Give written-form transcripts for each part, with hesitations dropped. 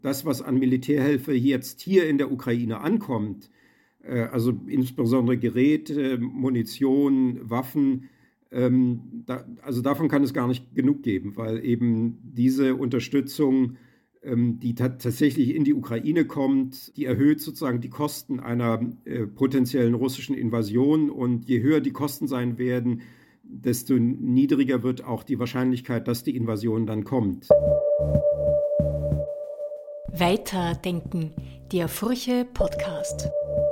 das, was an Militärhilfe jetzt hier in der Ukraine ankommt, also insbesondere Geräte, Munition, Waffen, also davon kann es gar nicht genug geben, weil eben diese Unterstützung, die tatsächlich in die Ukraine kommt, die erhöht sozusagen die Kosten einer potenziellen russischen Invasion. Und je höher die Kosten sein werden, desto niedriger wird auch die Wahrscheinlichkeit, dass die Invasion dann kommt. Weiterdenken, der Furche Podcast.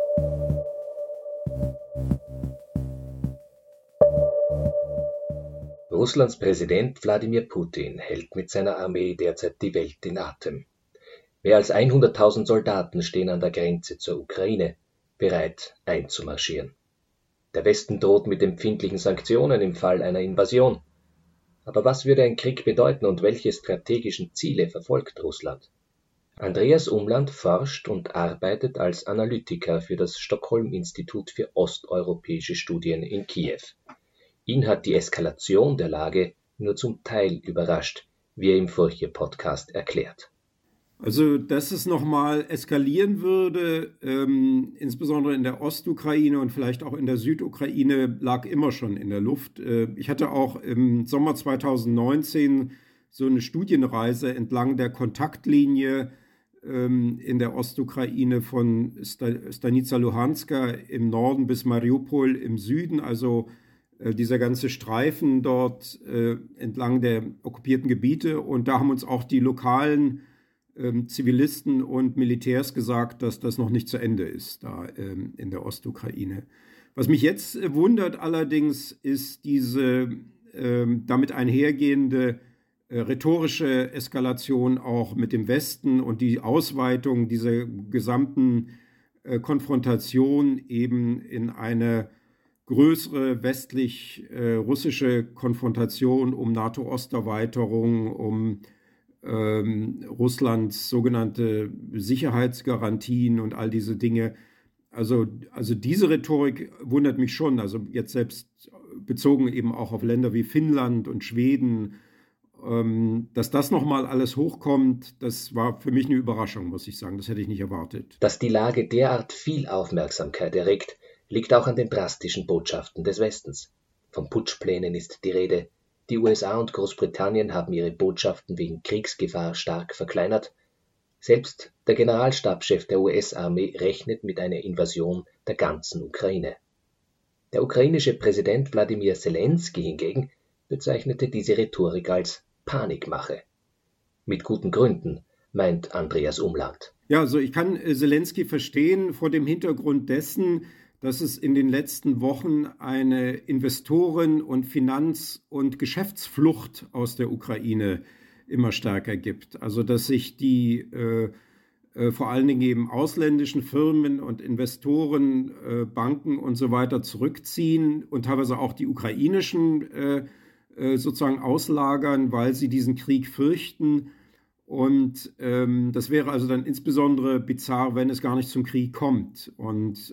Russlands Präsident Wladimir Putin hält mit seiner Armee derzeit die Welt in Atem. Mehr als 100.000 Soldaten stehen an der Grenze zur Ukraine, bereit einzumarschieren. Der Westen droht mit empfindlichen Sanktionen im Fall einer Invasion. Aber was würde ein Krieg bedeuten und welche strategischen Ziele verfolgt Russland? Andreas Umland forscht und arbeitet als Analytiker für das Stockholm-Institut für osteuropäische Studien in Kiew. Ihn hat die Eskalation der Lage nur zum Teil überrascht, wie er im Furche-Podcast erklärt. Also, dass es nochmal eskalieren würde, insbesondere in der Ostukraine und vielleicht auch in der Südukraine, lag immer schon in der Luft. Ich hatte auch im Sommer 2019 so eine Studienreise entlang der Kontaktlinie in der Ostukraine von Stanica Luhanska im Norden bis Mariupol im Süden, also dieser ganze Streifen dort entlang der okkupierten Gebiete. Und da haben uns auch die lokalen Zivilisten und Militärs gesagt, dass das noch nicht zu Ende ist, da in der Ostukraine. Was mich jetzt wundert allerdings, ist diese damit einhergehende rhetorische Eskalation auch mit dem Westen und die Ausweitung dieser gesamten Konfrontation eben in eine größere westlich-russische Konfrontation um NATO-Osterweiterung, um Russlands sogenannte Sicherheitsgarantien und all diese Dinge. Also diese Rhetorik wundert mich schon. Also jetzt selbst bezogen eben auch auf Länder wie Finnland und Schweden, dass das nochmal alles hochkommt, das war für mich eine Überraschung, muss ich sagen. Das hätte ich nicht erwartet. Dass die Lage derart viel Aufmerksamkeit erregt, liegt auch an den drastischen Botschaften des Westens. Von Putschplänen ist die Rede. Die USA und Großbritannien haben ihre Botschaften wegen Kriegsgefahr stark verkleinert. Selbst der Generalstabschef der US-Armee rechnet mit einer Invasion der ganzen Ukraine. Der ukrainische Präsident Wladimir Selenskyj hingegen bezeichnete diese Rhetorik als Panikmache. Mit guten Gründen, meint Andreas Umland. Ja, also ich kann Selenskyj verstehen vor dem Hintergrund dessen, dass es in den letzten Wochen eine Investoren- und Finanz- und Geschäftsflucht aus der Ukraine immer stärker gibt. Also dass sich die vor allen Dingen eben ausländischen Firmen und Investoren, Banken und so weiter zurückziehen und teilweise auch die ukrainischen sozusagen auslagern, weil sie diesen Krieg fürchten. Und das wäre also dann insbesondere bizarr, wenn es gar nicht zum Krieg kommt. Und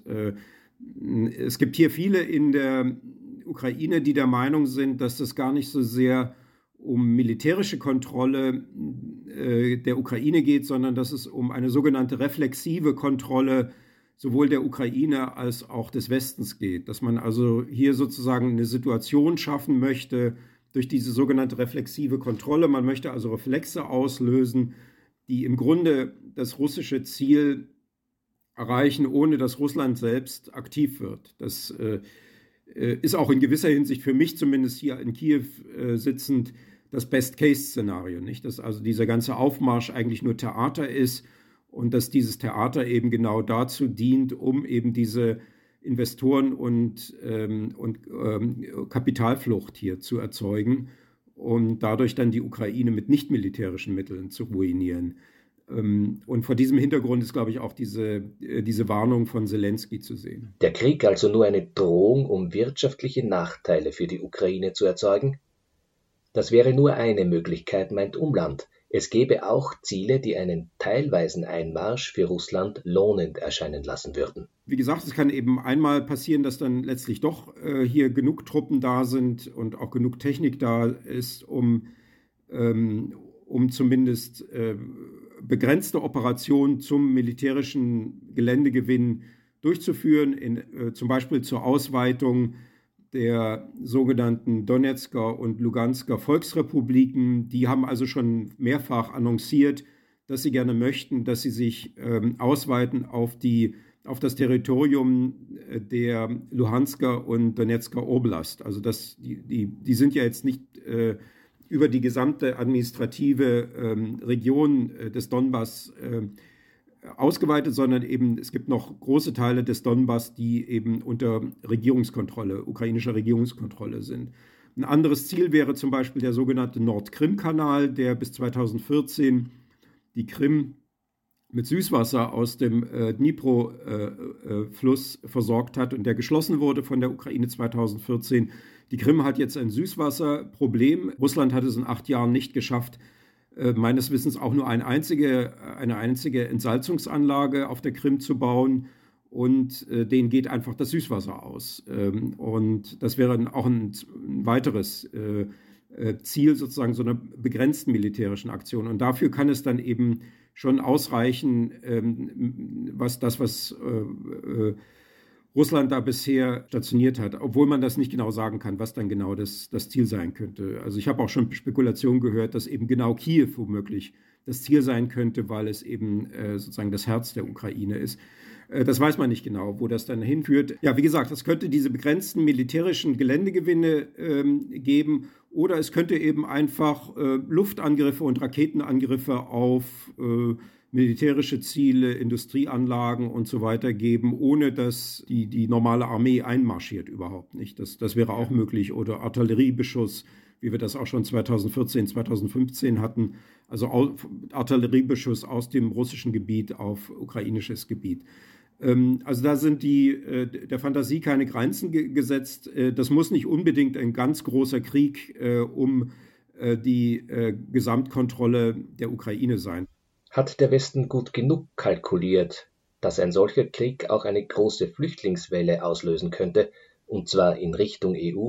es gibt hier viele in der Ukraine, die der Meinung sind, dass das gar nicht so sehr um militärische Kontrolle der Ukraine geht, sondern dass es um eine sogenannte reflexive Kontrolle sowohl der Ukraine als auch des Westens geht. Dass man also hier sozusagen eine Situation schaffen möchte durch diese sogenannte reflexive Kontrolle. Man möchte also Reflexe auslösen, die im Grunde das russische Ziel erreichen, ohne dass Russland selbst aktiv wird. Das ist auch in gewisser Hinsicht für mich zumindest hier in Kiew sitzend das Best-Case-Szenario, nicht? Dass also dieser ganze Aufmarsch eigentlich nur Theater ist und dass dieses Theater eben genau dazu dient, um eben diese Investoren- und Kapitalflucht hier zu erzeugen und dadurch dann die Ukraine mit nicht-militärischen Mitteln zu ruinieren. Und vor diesem Hintergrund ist, glaube ich, auch diese Warnung von Selenskyj zu sehen. Der Krieg also nur eine Drohung, um wirtschaftliche Nachteile für die Ukraine zu erzeugen? Das wäre nur eine Möglichkeit, meint Umland. Es gäbe auch Ziele, die einen teilweisen Einmarsch für Russland lohnend erscheinen lassen würden. Wie gesagt, es kann eben einmal passieren, dass dann letztlich doch hier genug Truppen da sind und auch genug Technik da ist, um zumindest begrenzte Operation zum militärischen Geländegewinn durchzuführen, zum Beispiel zur Ausweitung der sogenannten Donetsker und Lugansker Volksrepubliken. Die haben also schon mehrfach annonciert, dass sie gerne möchten, dass sie sich ausweiten auf das Territorium der Luhansker und Donetsker Oblast. Also die sind ja jetzt nicht über die gesamte administrative Region des Donbass ausgeweitet, sondern eben es gibt noch große Teile des Donbass, die eben unter ukrainischer Regierungskontrolle sind. Ein anderes Ziel wäre zum Beispiel der sogenannte Nordkrim-Kanal, der bis 2014 die Krim mit Süßwasser aus dem Dnipro-Fluss versorgt hat und der geschlossen wurde von der Ukraine 2014. Die Krim hat jetzt ein Süßwasserproblem. Russland hat es in 8 Jahren nicht geschafft, meines Wissens auch nur eine einzige Entsalzungsanlage auf der Krim zu bauen. Und denen geht einfach das Süßwasser aus. Und das wäre auch ein weiteres Ziel sozusagen so einer begrenzten militärischen Aktion. Und dafür kann es dann eben schon ausreichen, was Russland da bisher stationiert hat, obwohl man das nicht genau sagen kann, was dann genau das Ziel sein könnte. Also ich habe auch schon Spekulationen gehört, dass eben genau Kiew womöglich das Ziel sein könnte, weil es eben sozusagen das Herz der Ukraine ist. Das weiß man nicht genau, wo das dann hinführt. Ja, wie gesagt, es könnte diese begrenzten militärischen Geländegewinne geben oder es könnte eben einfach Luftangriffe und Raketenangriffe auf militärische Ziele, Industrieanlagen und so weiter geben, ohne dass die normale Armee einmarschiert überhaupt nicht. Das wäre auch möglich. Oder Artilleriebeschuss, wie wir das auch schon 2014, 2015 hatten. Also Artilleriebeschuss aus dem russischen Gebiet auf ukrainisches Gebiet. Also da sind der Fantasie keine Grenzen gesetzt. Das muss nicht unbedingt ein ganz großer Krieg um die Gesamtkontrolle der Ukraine sein. Hat der Westen gut genug kalkuliert, dass ein solcher Krieg auch eine große Flüchtlingswelle auslösen könnte, und zwar in Richtung EU?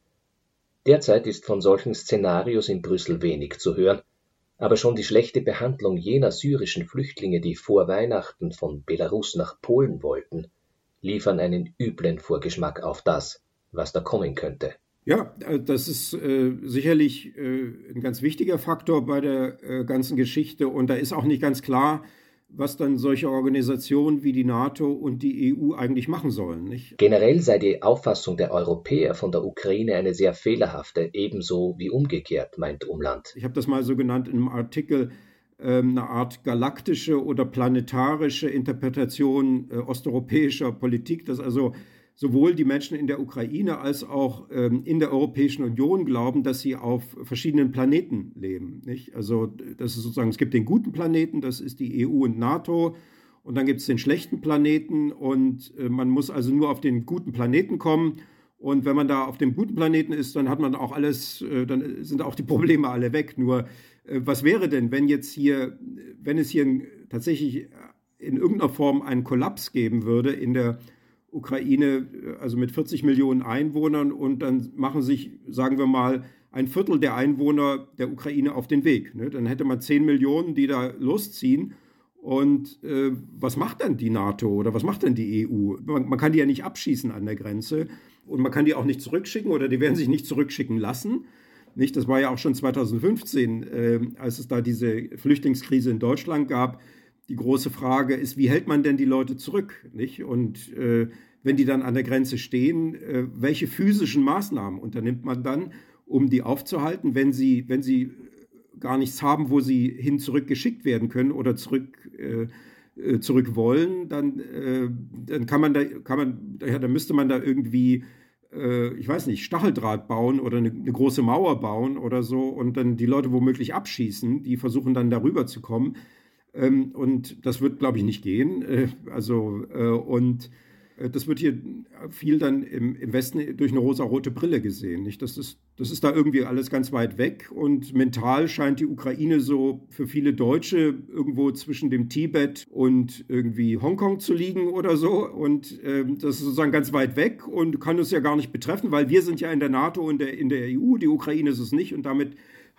Derzeit ist von solchen Szenarios in Brüssel wenig zu hören, aber schon die schlechte Behandlung jener syrischen Flüchtlinge, die vor Weihnachten von Belarus nach Polen wollten, liefern einen üblen Vorgeschmack auf das, was da kommen könnte. Ja, das ist sicherlich ein ganz wichtiger Faktor bei der ganzen Geschichte. Und da ist auch nicht ganz klar, was dann solche Organisationen wie die NATO und die EU eigentlich machen sollen, nicht? Generell sei die Auffassung der Europäer von der Ukraine eine sehr fehlerhafte, ebenso wie umgekehrt, meint Umland. Ich habe das mal so genannt in einem Artikel, eine Art galaktische oder planetarische Interpretation osteuropäischer Politik, dass also sowohl die Menschen in der Ukraine als auch in der Europäischen Union glauben, dass sie auf verschiedenen Planeten leben. Nicht? Also das ist sozusagen, es gibt den guten Planeten, das ist die EU und NATO, und dann gibt es den schlechten Planeten und man muss also nur auf den guten Planeten kommen. Und wenn man da auf dem guten Planeten ist, dann hat man auch alles, dann sind auch die Probleme alle weg. Nur was wäre denn, wenn es hier tatsächlich in irgendeiner Form einen Kollaps geben würde in der Ukraine, also mit 40 Millionen Einwohnern, und dann machen sich, sagen wir mal, ein Viertel der Einwohner der Ukraine auf den Weg. Ne? Dann hätte man 10 Millionen, die da losziehen. Und was macht dann die NATO oder was macht dann die EU? Man kann die ja nicht abschießen an der Grenze und man kann die auch nicht zurückschicken oder die werden sich nicht zurückschicken lassen. Nicht? Das war ja auch schon 2015, als es da diese Flüchtlingskrise in Deutschland gab. Die große Frage ist, wie hält man denn die Leute zurück? Nicht? Und wenn die dann an der Grenze stehen, welche physischen Maßnahmen unternimmt man dann, um die aufzuhalten, wenn sie gar nichts haben, wo sie hin zurückgeschickt werden können oder zurück wollen, dann müsste man da irgendwie, ich weiß nicht, Stacheldraht bauen oder eine große Mauer bauen oder so und dann die Leute womöglich abschießen, die versuchen dann darüber zu kommen. Und das wird, glaube ich, nicht gehen. Und das wird hier viel dann im Westen durch eine rosa-rote Brille gesehen. Nicht? Das ist da irgendwie alles ganz weit weg. Und mental scheint die Ukraine so für viele Deutsche irgendwo zwischen dem Tibet und irgendwie Hongkong zu liegen oder so. Und das ist sozusagen ganz weit weg und kann uns ja gar nicht betreffen, weil wir sind ja in der NATO und in der EU. Die Ukraine ist es nicht. Und damit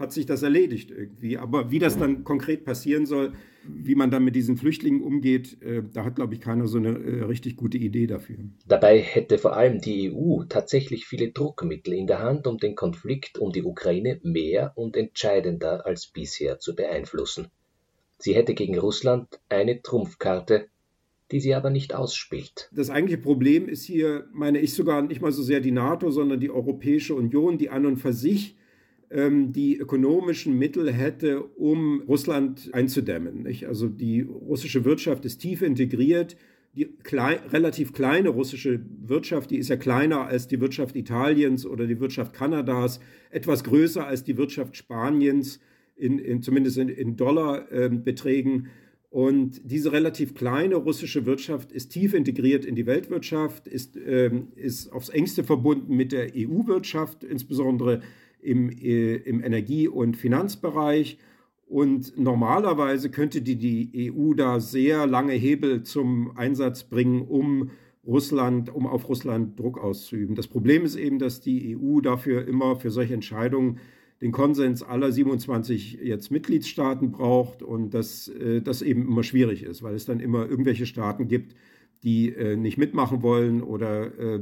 hat sich das erledigt irgendwie. Aber wie das dann konkret passieren soll, wie man dann mit diesen Flüchtlingen umgeht, da hat, glaube ich, keiner so eine richtig gute Idee dafür. Dabei hätte vor allem die EU tatsächlich viele Druckmittel in der Hand, um den Konflikt um die Ukraine mehr und entscheidender als bisher zu beeinflussen. Sie hätte gegen Russland eine Trumpfkarte, die sie aber nicht ausspielt. Das eigentliche Problem ist hier, meine ich, sogar nicht mal so sehr die NATO, sondern die Europäische Union, die an und für sich die ökonomischen Mittel hätte, um Russland einzudämmen. Nicht? Also die russische Wirtschaft ist tief integriert. Die relativ kleine russische Wirtschaft, die ist ja kleiner als die Wirtschaft Italiens oder die Wirtschaft Kanadas, etwas größer als die Wirtschaft Spaniens, zumindest in Dollarbeträgen. Und diese relativ kleine russische Wirtschaft ist tief integriert in die Weltwirtschaft, ist aufs engste verbunden mit der EU-Wirtschaft, insbesondere im Energie- und Finanzbereich. Und normalerweise könnte die EU da sehr lange Hebel zum Einsatz bringen, um auf Russland Druck auszuüben. Das Problem ist eben, dass die EU dafür immer für solche Entscheidungen den Konsens aller 27 jetzt Mitgliedstaaten braucht und dass das eben immer schwierig ist, weil es dann immer irgendwelche Staaten gibt, die nicht mitmachen wollen oder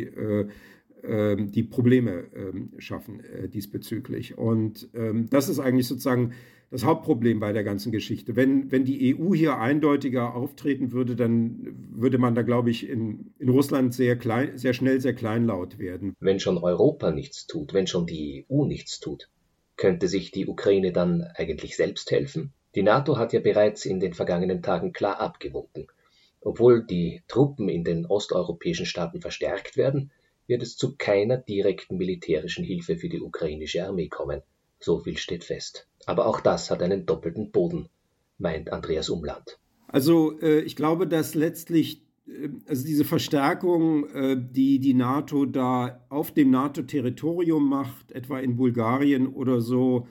die Probleme schaffen diesbezüglich. Und das ist eigentlich sozusagen das Hauptproblem bei der ganzen Geschichte. Wenn die EU hier eindeutiger auftreten würde, dann würde man da, glaube ich, in Russland sehr schnell sehr kleinlaut werden. Wenn schon Europa nichts tut, wenn schon die EU nichts tut, könnte sich die Ukraine dann eigentlich selbst helfen? Die NATO hat ja bereits in den vergangenen Tagen klar abgewunken. Obwohl die Truppen in den osteuropäischen Staaten verstärkt werden, wird es zu keiner direkten militärischen Hilfe für die ukrainische Armee kommen. So viel steht fest. Aber auch das hat einen doppelten Boden, meint Andreas Umland. Also ich glaube, dass letztlich diese Verstärkung, die NATO da auf dem NATO-Territorium macht, etwa in Bulgarien oder so,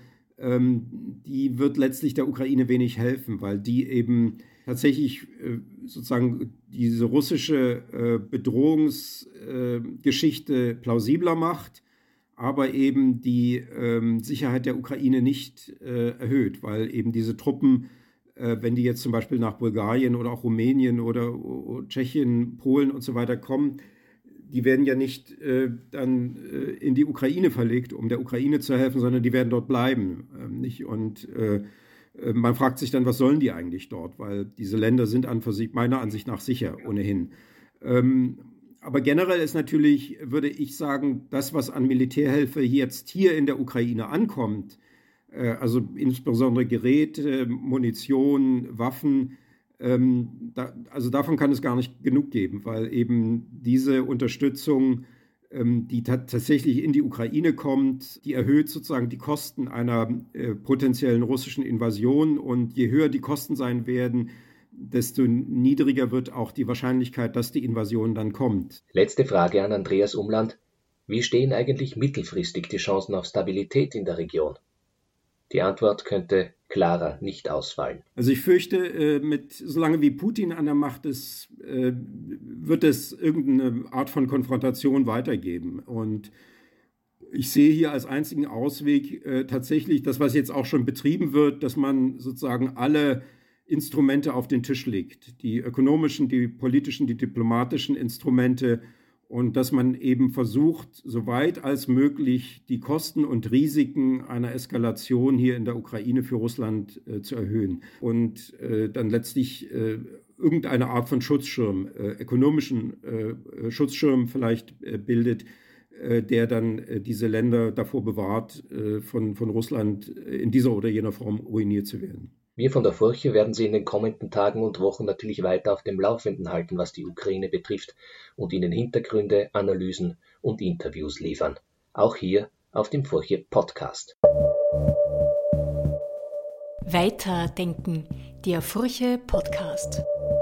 die wird letztlich der Ukraine wenig helfen, weil die eben tatsächlich sozusagen diese russische Bedrohungsgeschichte plausibler macht, aber eben die Sicherheit der Ukraine nicht erhöht, weil eben diese Truppen, wenn die jetzt zum Beispiel nach Bulgarien oder auch Rumänien oder Tschechien, Polen und so weiter kommen, die werden ja nicht dann in die Ukraine verlegt, um der Ukraine zu helfen, sondern die werden dort bleiben. Nicht? Und man fragt sich dann, was sollen die eigentlich dort? Weil diese Länder sind an für sich meiner Ansicht nach sicher ohnehin. Aber generell ist natürlich, würde ich sagen, das, was an Militärhilfe jetzt hier in der Ukraine ankommt, also insbesondere Geräte, Munition, Waffen, also davon kann es gar nicht genug geben, weil eben diese Unterstützung, die tatsächlich in die Ukraine kommt, die erhöht sozusagen die Kosten einer potenziellen russischen Invasion. Und je höher die Kosten sein werden, desto niedriger wird auch die Wahrscheinlichkeit, dass die Invasion dann kommt. Letzte Frage an Andreas Umland. Wie stehen eigentlich mittelfristig die Chancen auf Stabilität in der Region? Die Antwort könnte klarer nicht ausfallen. Also ich fürchte, solange wie Putin an der Macht ist, wird es irgendeine Art von Konfrontation weitergeben. Und ich sehe hier als einzigen Ausweg tatsächlich das, was jetzt auch schon betrieben wird, dass man sozusagen alle Instrumente auf den Tisch legt. Die ökonomischen, die politischen, die diplomatischen Instrumente. Und dass man eben versucht, so weit als möglich die Kosten und Risiken einer Eskalation hier in der Ukraine für Russland zu erhöhen. Und dann letztlich irgendeine Art von Schutzschirm, ökonomischen Schutzschirm vielleicht bildet, der dann diese Länder davor bewahrt, von Russland in dieser oder jener Form ruiniert zu werden. Wir von der Furche werden Sie in den kommenden Tagen und Wochen natürlich weiter auf dem Laufenden halten, was die Ukraine betrifft, und Ihnen Hintergründe, Analysen und Interviews liefern. Auch hier auf dem Furche Podcast. Weiterdenken, der Furche Podcast.